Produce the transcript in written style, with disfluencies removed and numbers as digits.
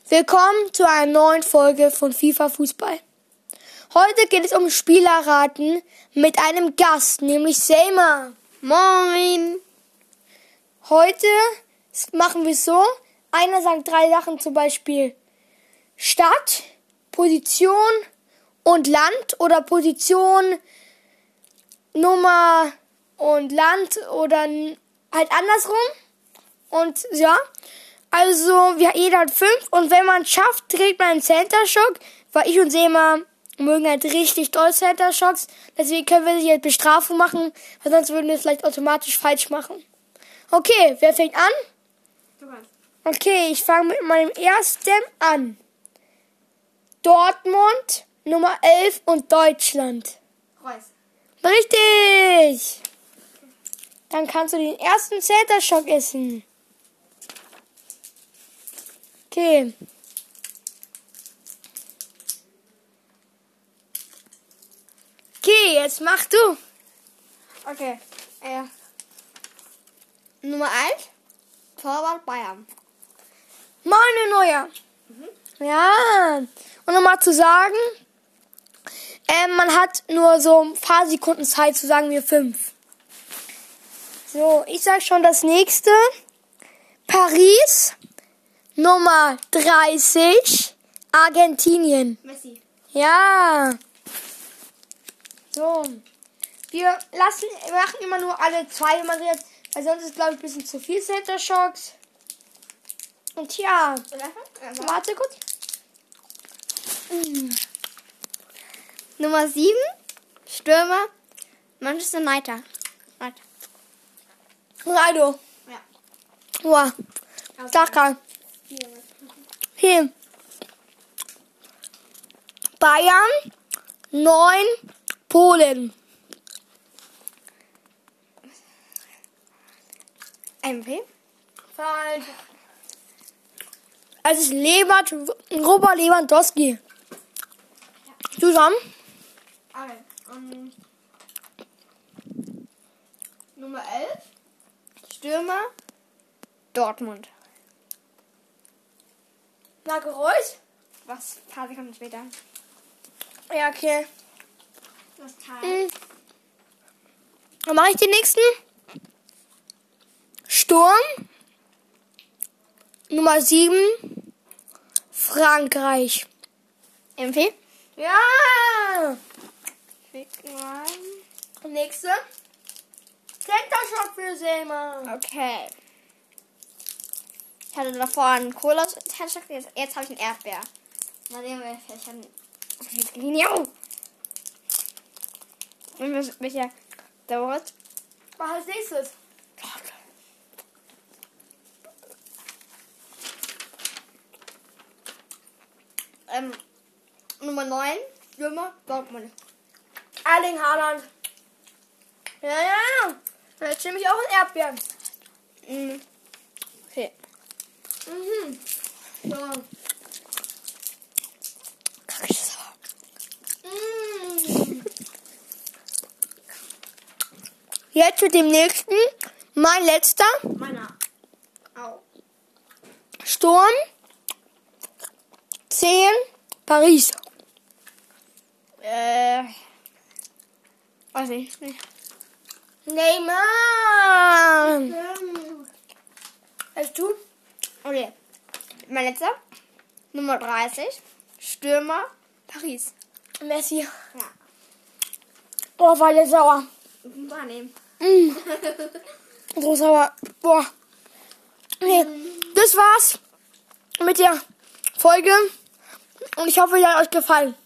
Willkommen zu einer neuen Folge von FIFA Fußball. Heute geht es um Spielerraten mit einem Gast, nämlich Selma. Moin! Heute machen wir es so, einer sagt 3 Sachen, zum Beispiel Stadt, Position und Land oder Position, Nummer und Land oder halt andersrum. Und ja, also jeder hat 5 und wenn man es schafft, kriegt man einen Center Shock, weil ich und Selma mögen halt richtig doll Center Shocks. Deswegen können wir jetzt Bestrafung machen, weil sonst würden wir es vielleicht automatisch falsch machen. Okay, wer fängt an? Du kannst. Okay, ich fange mit meinem ersten an. Dortmund, Nummer 11 und Deutschland. Reus. Richtig! Dann kannst du den ersten Center Shock essen. Okay. Okay, jetzt mach du. Okay. Nummer 1. Torwart Bayern. Meine Neuer. Ja. Und nochmal zu sagen, man hat nur so ein paar Sekunden Zeit, zu sagen wir 5. So, ich sag schon das nächste. Paris, Nummer 30, Argentinien. Messi. Ja. So. Wir machen immer nur alle 2 immer jetzt, weil sonst ist, glaube ich, ein bisschen zu viel Center Shocks. Und ja, warte kurz. Nummer 7. Stürmer. Manchester United. Ronaldo. Ja. Wow. Saka. Hier. Bayern, 9, Polen. MP. Falsch. Es ist Robert Lewandowski. Zusammen? Okay. Nummer 11. Stürmer. Dortmund. Marco Reus? Was? Ein paar Sekunden später. Ja, okay. Das Teil. Dann mache ich den nächsten. Sturm. Nummer 7. Frankreich. MP. Ja! Fick rein. Nächste. Center Shock für Selma. Okay. Ich hatte davor einen Cola, jetzt habe ich einen Erdbeer. Mal sehen, welcher Linie. Welcher dauert. Was als nächstes? Nummer 9, Stürmer, Dortmund. Erling Haaland. Ja. Jetzt nehme ich auch ein Erdbeer. Okay. So. Jetzt mit dem nächsten. Mein letzter. Meiner. Au. Sturm. 10. Paris. Weiß ich nicht. Neymar. Weißt du? Okay. Mein letzter. Nummer 30. Stürmer, Paris. Messi. Ja. Oh, war der sauer. Wahrnehmen. So sauer. Boah. Okay. Das war's mit der Folge. Und ich hoffe, sie hat euch gefallen.